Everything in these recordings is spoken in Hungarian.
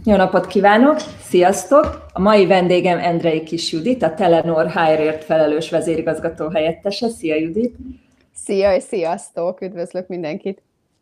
Jó napot kívánok! Sziasztok! A mai vendégem Endrei Kis Judit, a Telenor HR-ért felelős vezérigazgató helyettese. Szia, Judit! Szia, és sziasztok! Üdvözlök mindenkit!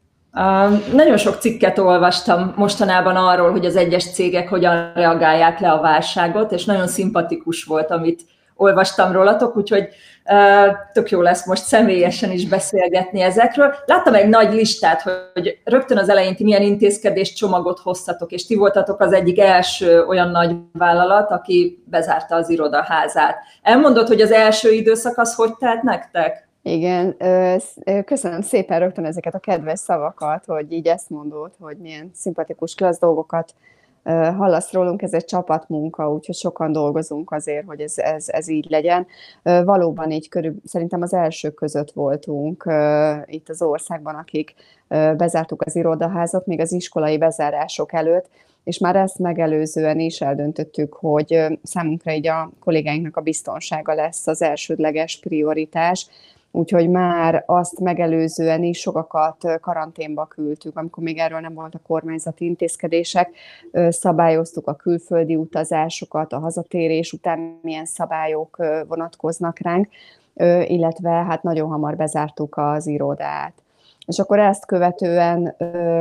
Nagyon sok cikket olvastam mostanában arról, hogy az egyes cégek hogyan reagálják le a válságot, és nagyon szimpatikus volt, amit olvastam rólatok, úgyhogy tök jó lesz most személyesen is beszélgetni ezekről. Láttam egy nagy listát, hogy rögtön az elején ti milyen intézkedéscsomagot hoztatok, és ti voltatok az egyik első olyan nagy vállalat, aki bezárta az irodaházát. Elmondod, hogy az első időszak az hogy telt nektek? Igen, köszönöm szépen rögtön ezeket a kedves szavakat, hogy így ezt mondod, hogy milyen szimpatikus, klassz dolgokat hallasz rólunk, ez egy csapatmunka, úgyhogy sokan dolgozunk azért, hogy ez így legyen. Valóban így szerintem az elsők között voltunk itt az országban, akik bezártuk az irodaházat, még az iskolai bezárások előtt, és már ezt megelőzően is eldöntöttük, hogy számunkra így a kollégáinknak a biztonsága lesz az elsődleges prioritás. Úgyhogy már azt megelőzően is sokakat karanténba küldtük, amikor még erről nem voltak kormányzati intézkedések, szabályoztuk a külföldi utazásokat, a hazatérés után milyen szabályok vonatkoznak ránk, illetve hát nagyon hamar bezártuk az irodát. És akkor ezt követően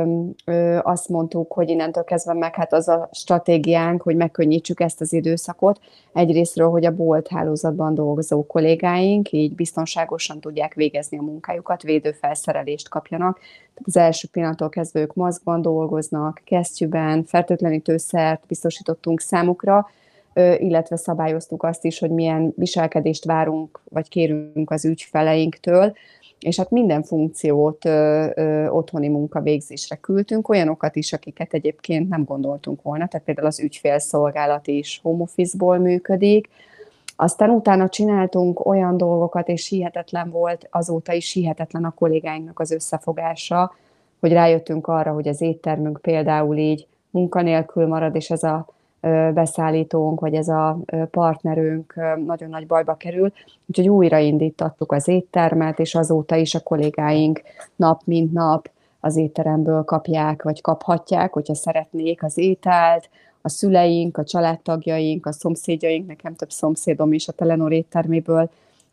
azt mondtuk, hogy innentől kezdve meg hát az a stratégiánk, hogy megkönnyítsük ezt az időszakot. Egyrésztről, hogy a bolt hálózatban dolgozó kollégáink így biztonságosan tudják végezni a munkájukat, védőfelszerelést kapjanak. Tehát az első pillanattól kezdve ők maszkban dolgoznak, kesztyűben, fertőtlenítőszert biztosítottunk számukra, illetve szabályoztuk azt is, hogy milyen viselkedést várunk, vagy kérünk az ügyfeleinktől, és hát minden funkciót otthoni munkavégzésre küldtünk, olyanokat is, akiket egyébként nem gondoltunk volna, tehát például az ügyfélszolgálat is home office-ból működik. Aztán utána csináltunk olyan dolgokat, és hihetetlen volt, azóta is hihetetlen a kollégáinknak az összefogása, hogy rájöttünk arra, hogy az éttermünk például így munkanélkül marad, és ez a beszállítónk, vagy ez a partnerünk nagyon nagy bajba kerül, úgyhogy újraindítottuk az éttermet, és azóta is a kollégáink nap mint nap az étteremből kapják, vagy kaphatják, hogyha szeretnék az ételt, a szüleink, a családtagjaink, a szomszédjaink, nekem több szomszédom is a Telenor étterméből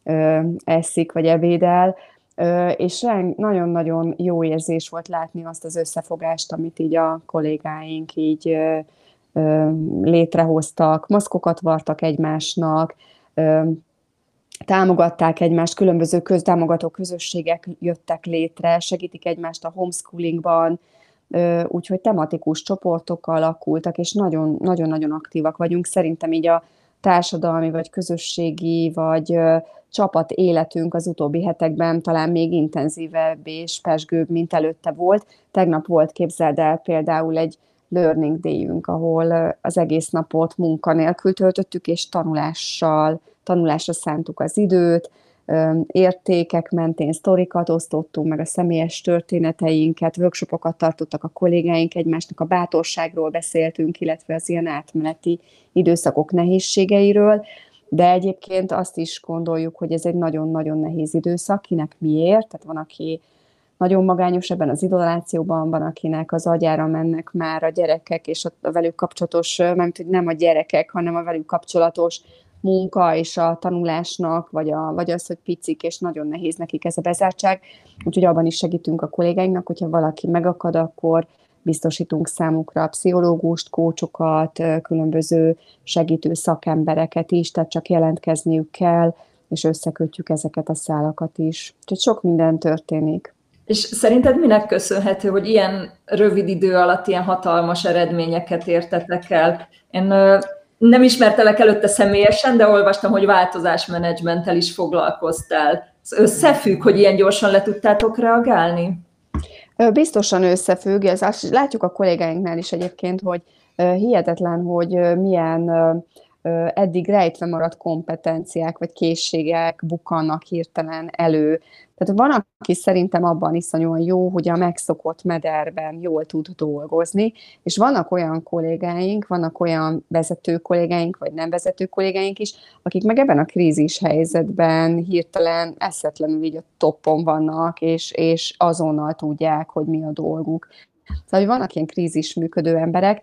eszik, vagy ebédel, és nagyon-nagyon jó érzés volt látni azt az összefogást, amit így a kollégáink így létrehoztak, maszkokat vartak egymásnak, támogatták egymást, különböző köztámogató közösségek jöttek létre, segítik egymást a homeschoolingban, úgyhogy tematikus csoportok alakultak, és nagyon-nagyon aktívak vagyunk. Szerintem így a társadalmi, vagy közösségi, vagy csapat életünk az utóbbi hetekben talán még intenzívebb és pezsgőbb, mint előtte volt. Tegnap volt, képzeld el, például egy Learning Day-ünk, ahol az egész napot munkanélkül töltöttük, és tanulásra szántuk az időt, értékek mentén sztorikat osztottunk, meg a személyes történeteinket, workshopokat tartottak a kollégáink, egymásnak a bátorságról beszéltünk, illetve az ilyen átmeneti időszakok nehézségeiről, de egyébként azt is gondoljuk, hogy ez egy nagyon-nagyon nehéz időszak, kinek miért, tehát van, aki nagyon magányos ebben az izolációban, van, akinek az agyára mennek már a gyerekek, és a velük kapcsolatos, hogy nem a gyerekek, hanem a velük kapcsolatos munka és a tanulásnak, vagy az, hogy picik, és nagyon nehéz nekik ez a bezártság. Úgyhogy abban is segítünk a kollégáinknak, hogyha valaki megakad, akkor biztosítunk számukra pszichológust, kócsokat, különböző segítő szakembereket is, tehát csak jelentkezniük kell, és összekötjük ezeket a szálakat is. Úgyhogy sok minden történik. És szerinted minek köszönhető, hogy ilyen rövid idő alatt ilyen hatalmas eredményeket értetek el? Én nem ismertelek előtte személyesen, de olvastam, hogy változásmenedzsmenttel is foglalkoztál. Ez összefügg, hogy ilyen gyorsan le tudtátok reagálni? Biztosan összefügg, látjuk a kollégáinknál is egyébként, hogy hihetetlen, hogy milyen eddig rejtve maradt kompetenciák vagy készségek bukkannak hirtelen elő. Tehát van, aki szerintem abban iszonyúan jó, hogy a megszokott mederben jól tud dolgozni, és vannak olyan kollégáink, vannak olyan vezető kollégáink, vagy nem vezető kollégáink is, akik meg ebben a krízis helyzetben hirtelen eszetlenül így a toppon vannak, és azonnal tudják, hogy mi a dolguk. Szóval, hogy vannak ilyen krízis működő emberek,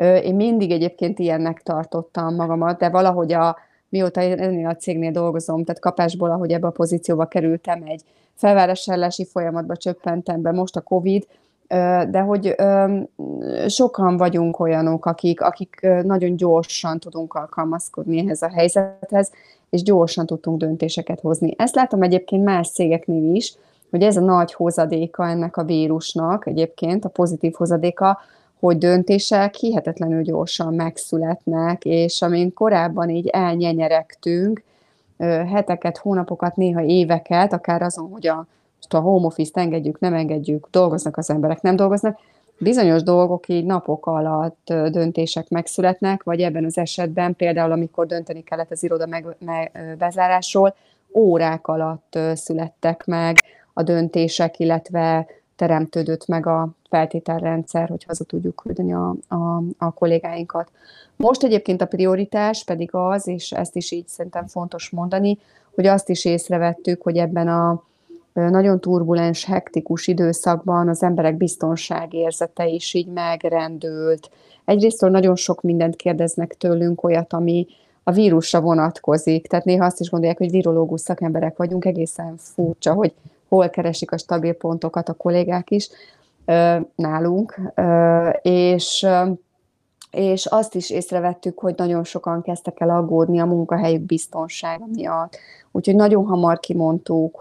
Én mindig egyébként ilyennek tartottam magamat, de valahogy mióta ennél a cégnél dolgozom, tehát kapásból, ahogy ebbe a pozícióba kerültem, egy felvásárlási folyamatba csöppentem be, most a Covid, de hogy sokan vagyunk olyanok, akik nagyon gyorsan tudunk alkalmazkodni ehhez a helyzethez, és gyorsan tudtunk döntéseket hozni. Ezt látom egyébként más cégeknél is, hogy ez a nagy hozadéka ennek a vírusnak, egyébként a pozitív hozadéka, hogy döntések hihetetlenül gyorsan megszületnek, és amin korábban így elnyenyeregtünk, heteket, hónapokat, néha éveket, akár azon, hogy a home office-t engedjük, nem engedjük, dolgoznak az emberek, nem dolgoznak, bizonyos dolgok így napok alatt döntések megszületnek, vagy ebben az esetben például, amikor dönteni kellett az iroda bezárásról, órák alatt születtek meg a döntések, illetve teremtődött meg a feltételrendszer, hogy haza tudjuk küldeni a kollégáinkat. Most egyébként a prioritás pedig az, és ezt is így szerintem fontos mondani, hogy azt is észrevettük, hogy ebben a nagyon turbulens, hektikus időszakban az emberek biztonságérzete is így megrendült. Egyrésztől nagyon sok mindent kérdeznek tőlünk, olyat, ami a vírusra vonatkozik. Tehát néha azt is gondolják, hogy virológus szakemberek vagyunk, egészen furcsa, hogy hol keresik a stabil pontokat a kollégák is nálunk. És azt is észrevettük, hogy nagyon sokan kezdtek el aggódni a munkahelyük biztonsága miatt. Úgyhogy nagyon hamar kimondtuk,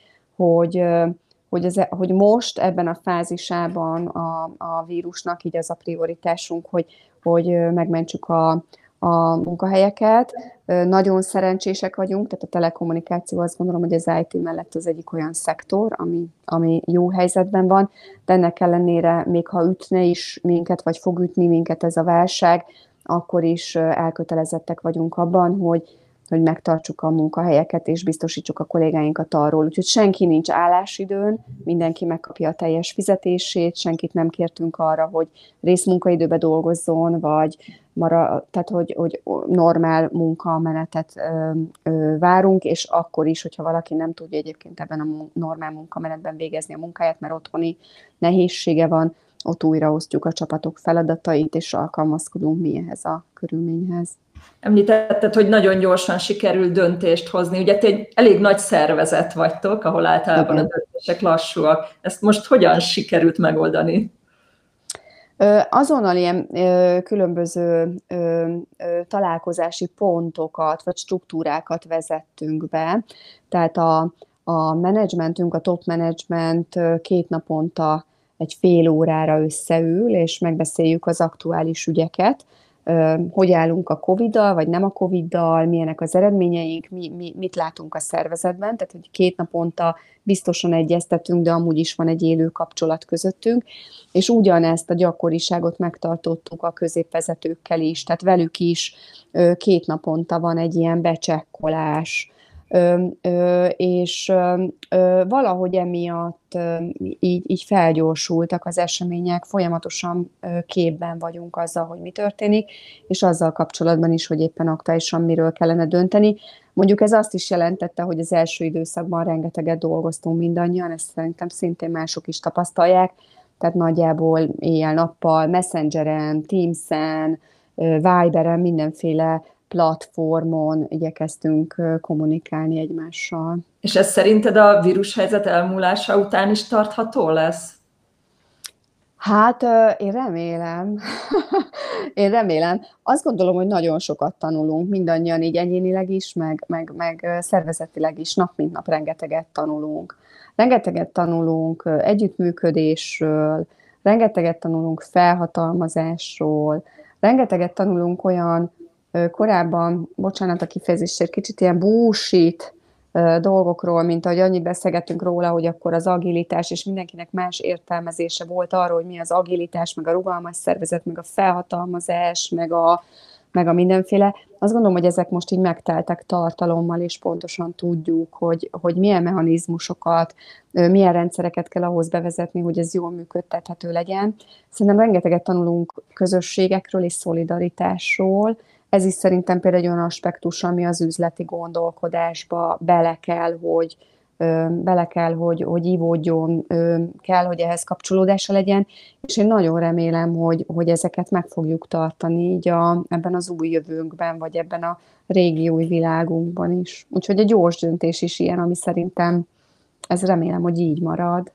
hogy most ebben a fázisában a vírusnak így az a prioritásunk, hogy megmentsük a munkahelyeket. Nagyon szerencsések vagyunk, tehát a telekommunikáció azt gondolom, hogy az IT mellett az egyik olyan szektor, ami jó helyzetben van, de ennek ellenére, még ha ütne is minket, vagy fog ütni minket ez a válság, akkor is elkötelezettek vagyunk abban, hogy megtartsuk a munkahelyeket, és biztosítsuk a kollégáinkat arról. Úgyhogy senki nincs állásidőn, mindenki megkapja a teljes fizetését, senkit nem kértünk arra, hogy részmunkaidőben dolgozzon, vagy tehát hogy normál munkamenetet várunk, és akkor is, hogyha valaki nem tudja egyébként ebben a normál munkamenetben végezni a munkáját, mert otthoni nehézsége van, ott újraosztjuk a csapatok feladatait, és alkalmazkodunk mi ehhez a körülményhez. Említetted, hogy nagyon gyorsan sikerült döntést hozni. Ugye egy elég nagy szervezet vagytok, ahol általában igen, a döntések lassúak. Ezt most hogyan sikerült megoldani? Azonnal ilyen különböző találkozási pontokat, vagy struktúrákat vezettünk be. Tehát a menedzsmentünk, a top menedzsment 2 naponta egy fél órára összeül, és megbeszéljük az aktuális ügyeket, hogy állunk a Covid-dal, vagy nem a Covid-dal, milyenek az eredményeink, mit látunk a szervezetben, tehát hogy 2 naponta biztosan egyeztetünk, de amúgy is van egy élő kapcsolat közöttünk, és ugyanezt a gyakoriságot megtartottuk a középvezetőkkel is, tehát velük is 2 naponta van egy ilyen becsekkolás, és valahogy emiatt így felgyorsultak az események, folyamatosan képben vagyunk azzal, hogy mi történik, és azzal kapcsolatban is, hogy éppen aktuálisan miről kellene dönteni. Mondjuk ez azt is jelentette, hogy az első időszakban rengeteget dolgoztunk mindannyian, ezt szerintem szintén mások is tapasztalják, tehát nagyjából éjjel-nappal, Messengeren, Teamsen, Viberen, mindenféle platformon igyekeztünk kommunikálni egymással. És ez szerinted a vírushelyzet elmúlása után is tartható lesz? Hát én remélem. Én remélem. Azt gondolom, hogy nagyon sokat tanulunk, mindannyian így egyénileg is, meg szervezetileg is, nap mint nap rengeteget tanulunk. Rengeteget tanulunk együttműködésről, rengeteget tanulunk felhatalmazásról, rengeteget tanulunk olyan korábban, bocsánat a kifejezésért, kicsit ilyen bullshit dolgokról, mint ahogy annyit beszélgettünk róla, hogy akkor az agilitás, és mindenkinek más értelmezése volt arról, hogy mi az agilitás, meg a rugalmas szervezet, meg a felhatalmazás, meg a mindenféle. Azt gondolom, hogy ezek most így megteltek tartalommal, és pontosan tudjuk, hogy milyen mechanizmusokat, milyen rendszereket kell ahhoz bevezetni, hogy ez jól működtethető legyen. Szerintem rengeteget tanulunk közösségekről és szolidaritásról. Ez is szerintem például egy olyan aspektus, ami az üzleti gondolkodásba bele kell, hogy bele kell, hogy ívódjon, kell, hogy ehhez kapcsolódása legyen, és én nagyon remélem, hogy ezeket meg fogjuk tartani így ebben az új jövőnkben, vagy ebben a régi új világunkban is. Úgyhogy a gyors döntés is ilyen, ami szerintem ez remélem, hogy így marad.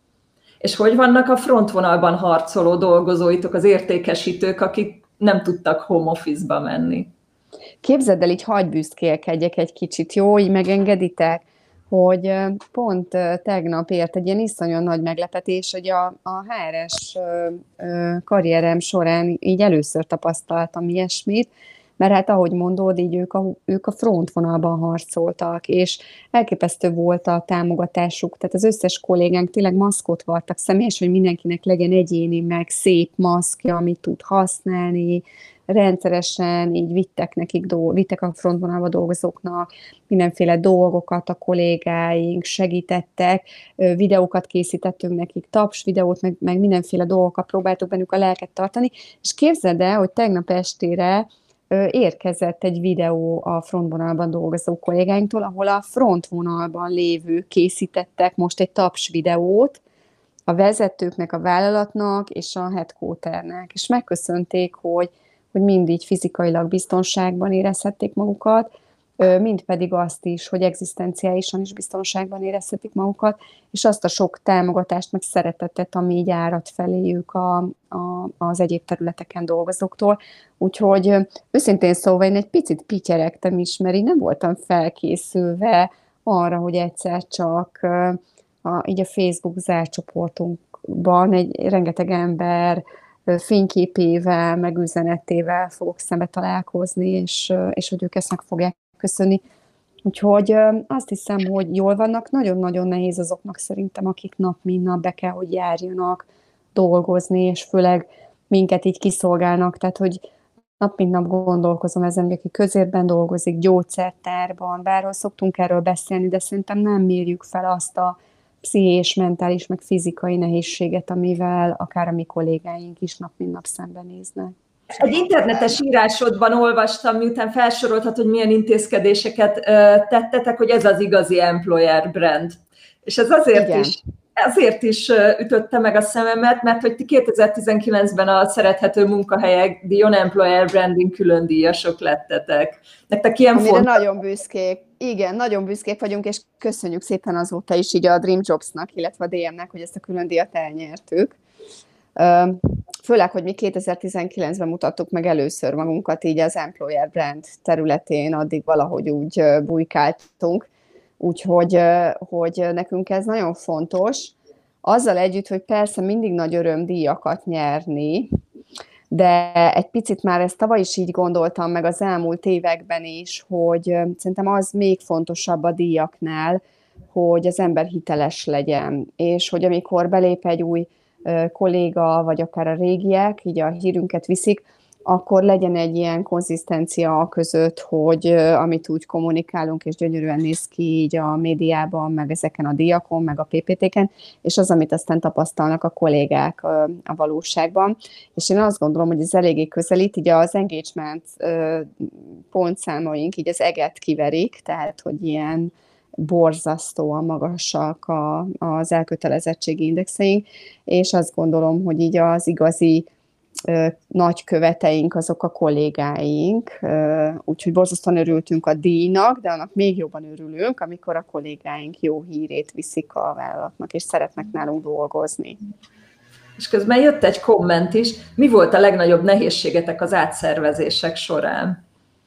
És hogy vannak a frontvonalban harcoló dolgozóitok, az értékesítők, akik nem tudtak home office-ba menni? Képzeld el, így hagy büszkélkedjek egy kicsit, jó? Így megengeditek, hogy pont tegnap ért egy ilyen iszonyan nagy meglepetés, hogy a HRS karrierem során így először tapasztaltam ilyesmit, mert hát ahogy mondod, így ők a frontvonalban harcoltak, és elképesztő volt a támogatásuk, tehát az összes kollégánk tényleg maszkot vartak személyes, hogy mindenkinek legyen egyéni, meg szép maszkja, amit tud használni, rendszeresen így vittek a frontvonalba dolgozóknak mindenféle dolgokat, a kollégáink segítettek, videókat készítettünk nekik, taps videót, meg mindenféle dolgokat próbáltuk bennük a lelket tartani, és képzeld el, hogy tegnap estére érkezett egy videó a frontvonalban dolgozó kollégáinktól, ahol a frontvonalban lévők készítettek most egy taps videót a vezetőknek, a vállalatnak és a headquarternek, és megköszönték, hogy mind így fizikailag biztonságban érezhették magukat, mind pedig azt is, hogy egzisztenciálisan is biztonságban érezhetik magukat, és azt a sok támogatást, meg szeretetet, ami így árad feléjük az egyéb területeken dolgozóktól. Úgyhogy őszintén szóval én egy picit pityeregtem is, mert így nem voltam felkészülve arra, hogy egyszer csak így a Facebook zárt csoportunkban rengeteg ember fényképével, meg üzenetével fogok szembe találkozni, és hogy ők ezt meg fogják köszönni. Úgyhogy azt hiszem, hogy jól vannak. Nagyon-nagyon nehéz azoknak szerintem, akik nap mint nap be kell, hogy járjanak dolgozni, és főleg minket így kiszolgálnak. Tehát, hogy nap mint nap gondolkozom ezen, hogy aki közérben dolgozik, gyógyszertárban, bárhol szoktunk erről beszélni, de szerintem nem mérjük fel azt a pszichés, mentális, meg fizikai nehézséget, amivel akár a mi kollégáink is nap mint nap szembenéznek. Egy internetes írásodban olvastam, miután felsoroltad, hogy milyen intézkedéseket tettetek, hogy ez az igazi employer brand. És ez azért is ütötte meg a szememet, mert hogy ti 2019-ben a Szerethető Munkahelyek Díjon Employer Branding külön díjasok lettetek. Nektek ilyen fontos? Nagyon büszkék. Igen, nagyon büszkék vagyunk, és köszönjük szépen azóta is így a Dream Jobsnak, illetve a DM-nek, hogy ezt a külön díjat elnyertük. Főleg, hogy mi 2019-ben mutattuk meg először magunkat így az Employer Brand területén, addig valahogy úgy bujkáltunk. Úgyhogy hogy nekünk ez nagyon fontos. Azzal együtt, hogy persze mindig nagy öröm díjakat nyerni, de egy picit már ezt tavaly is így gondoltam, meg az elmúlt években is, hogy szerintem az még fontosabb a díjaknál, hogy az ember hiteles legyen, és hogy amikor belép egy új kolléga, vagy akár a régiek, így a hírünket viszik, akkor legyen egy ilyen konzisztencia között, hogy amit úgy kommunikálunk, és gyönyörűen néz ki így a médiában, meg ezeken a díjakon, meg a PPT-ken, és az, amit aztán tapasztalnak a kollégák a valóságban. És én azt gondolom, hogy ez eléggé közelít, így az engagement pontszámaink így az eget kiverik, tehát, hogy ilyen borzasztóan magasak az elkötelezettségi indexeink, és azt gondolom, hogy így az igazi nagy követeink azok a kollégáink, úgyhogy borzasztóan örültünk a díjnak, de annak még jobban örülünk, amikor a kollégáink jó hírét viszik a vállalatnak, és szeretnek nálunk dolgozni. És közben jött egy komment is. Mi volt a legnagyobb nehézségetek az átszervezések során?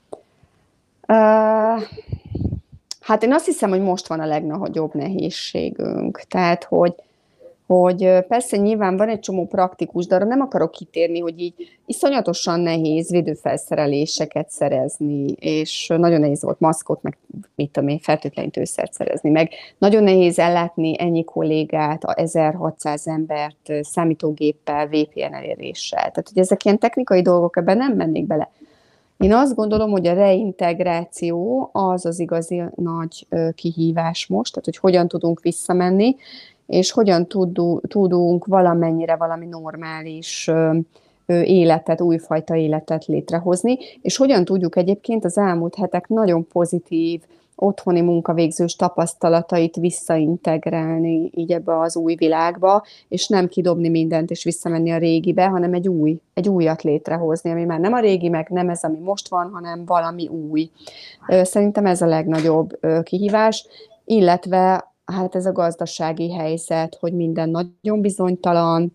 Hát én azt hiszem, hogy most van a legnagyobb nehézségünk. Tehát, hogy persze nyilván van egy csomó praktikus, de arra nem akarok kitérni, hogy így iszonyatosan nehéz védőfelszereléseket szerezni, és nagyon nehéz volt maszkot, meg mit tudom én, fertőtlenítőszert szerezni, meg nagyon nehéz ellátni ennyi kollégát, 1600 embert számítógéppel, VPN eléréssel. Tehát, hogy ezek ilyen technikai dolgok, ebben nem mennék bele. Én azt gondolom, hogy a reintegráció az igazi nagy kihívás most, tehát hogy hogyan tudunk visszamenni, és hogyan tudunk valamennyire valami normális életet, újfajta életet létrehozni, és hogyan tudjuk egyébként az elmúlt hetek nagyon pozitív, otthoni munkavégzős tapasztalatait visszaintegrálni így ebbe az új világba, és nem kidobni mindent és visszamenni a régibe, hanem egy újat létrehozni, ami már nem a régi, meg nem ez, ami most van, hanem valami új. Szerintem ez a legnagyobb kihívás, illetve hát ez a gazdasági helyzet, hogy minden nagyon bizonytalan,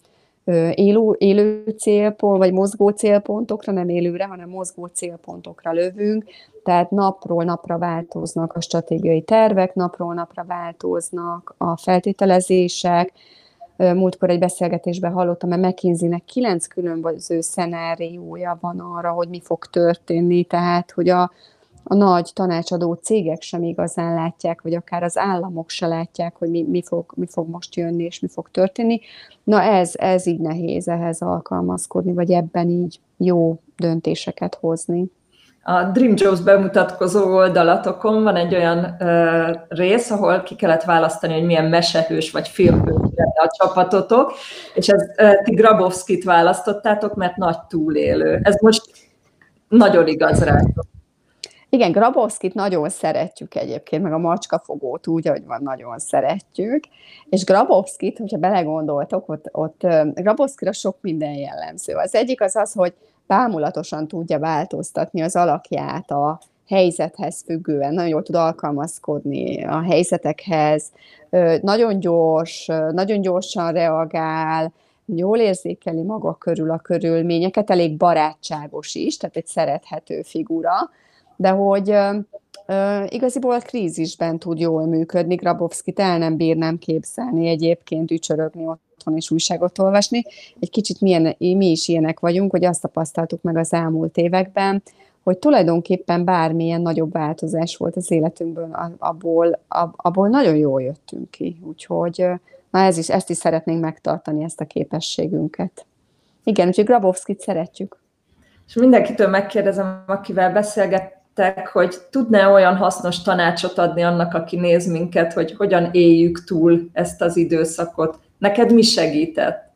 élő célpont, vagy mozgó célpontokra, nem élőre, hanem mozgó célpontokra lövünk, tehát napról napra változnak a stratégiai tervek, napról napra változnak a feltételezések. Múltkor egy beszélgetésben hallottam, mert McKinsey-nek 9 különböző szenáriója van arra, hogy mi fog történni, tehát hogy a nagy tanácsadó cégek sem igazán látják, vagy akár az államok se látják, hogy mi fog most jönni, és mi fog történni. Na ez így nehéz ehhez alkalmazkodni, vagy ebben így jó döntéseket hozni. A Dream Jobs bemutatkozó oldalatokon van egy olyan rész, ahol ki kellett választani, hogy milyen mesehős vagy filmhős a csapatotok, és ti Grabowskit választottátok, mert nagy túlélő. Ez most nagyon igaz rátok. Igen, Grabowskit nagyon szeretjük egyébként, meg a macskafogót úgy, ahogy van, nagyon szeretjük. És Grabowskit, hogyha belegondoltok, ott Grabowskira sok minden jellemző. Az egyik az, hogy bámulatosan tudja változtatni az alakját a helyzethez függően, nagyon jól tud alkalmazkodni a helyzetekhez, nagyon gyors, nagyon gyorsan reagál, jól érzékeli maga körül a körülményeket, elég barátságos is, tehát egy szerethető figura, de hogy igaziból krízisben tud jól működni. Grabowskit el nem bírnám képzelni egyébként ücsörögni otthon és újságot olvasni. Egy kicsit mi is ilyenek vagyunk, hogy azt tapasztaltuk meg az elmúlt években, hogy tulajdonképpen bármilyen nagyobb változás volt az életünkből, abból nagyon jól jöttünk ki. Úgyhogy ezt is szeretnénk megtartani, ezt a képességünket. Igen, úgyhogy Grabowskit szeretjük. És mindenkitől megkérdezem, akivel beszélgettek, hogy tudná olyan hasznos tanácsot adni annak, aki néz minket, hogy hogyan éljük túl ezt az időszakot. Neked mi segített?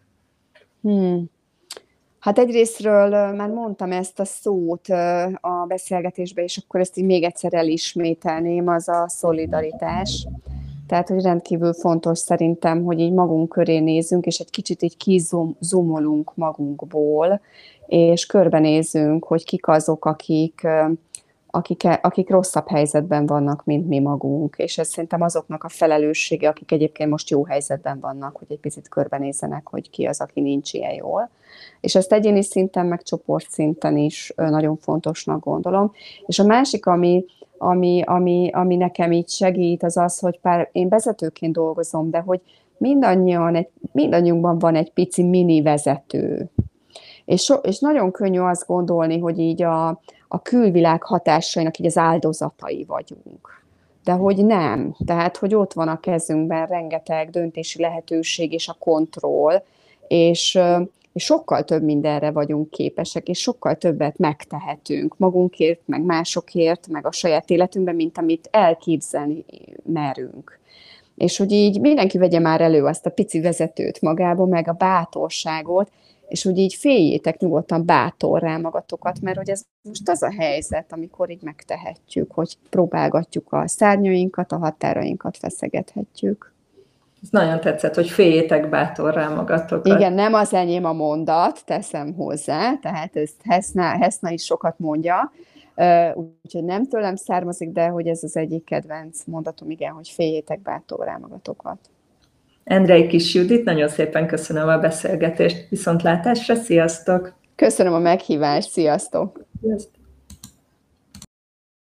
Hát egyrésztről már mondtam ezt a szót a beszélgetésben, és akkor ezt így még egyszer elismételném, az a szolidaritás. Tehát, hogy rendkívül fontos szerintem, hogy így magunk köré nézzünk, és egy kicsit így kizumolunk magunkból, és körbenézzünk, hogy kik azok, akik rosszabb helyzetben vannak, mint mi magunk. És ez szerintem azoknak a felelőssége, akik egyébként most jó helyzetben vannak, hogy egy picit körbenézzenek, hogy ki az, aki nincs ilyen jól. És ezt egyéni szinten, meg csoportszinten is nagyon fontosnak gondolom. És a másik, ami nekem így segít, az, hogy én vezetőként dolgozom, de hogy mindannyiunkban van egy pici mini vezető. És nagyon könnyű azt gondolni, hogy így a külvilág hatásainak így az áldozatai vagyunk. De hogy nem. Tehát, hogy ott van a kezünkben rengeteg döntési lehetőség és a kontroll, és sokkal több mindenre vagyunk képesek, és sokkal többet megtehetünk magunkért, meg másokért, meg a saját életünkben, mint amit elképzelni merünk. És hogy így mindenki vegye már elő azt a pici vezetőt magába, meg a bátorságot, és hogy így féljétek nyugodtan bátorrá magatokat, mert hogy ez most az a helyzet, amikor így megtehetjük, hogy próbálgatjuk a szárnyainkat, a határainkat feszegethetjük. Ez nagyon tetszett, hogy féljétek bátorrá magatokat. Igen, nem az enyém a mondat, teszem hozzá, tehát ezt Heszna is sokat mondja, úgyhogy nem tőlem származik, de hogy ez az egyik kedvenc mondatom, igen, hogy féljétek bátorrá magatokat. Endrei Kis Judit, nagyon szépen köszönöm a beszélgetést, viszontlátásra, sziasztok! Köszönöm a meghívást, sziasztok! Sziasztok!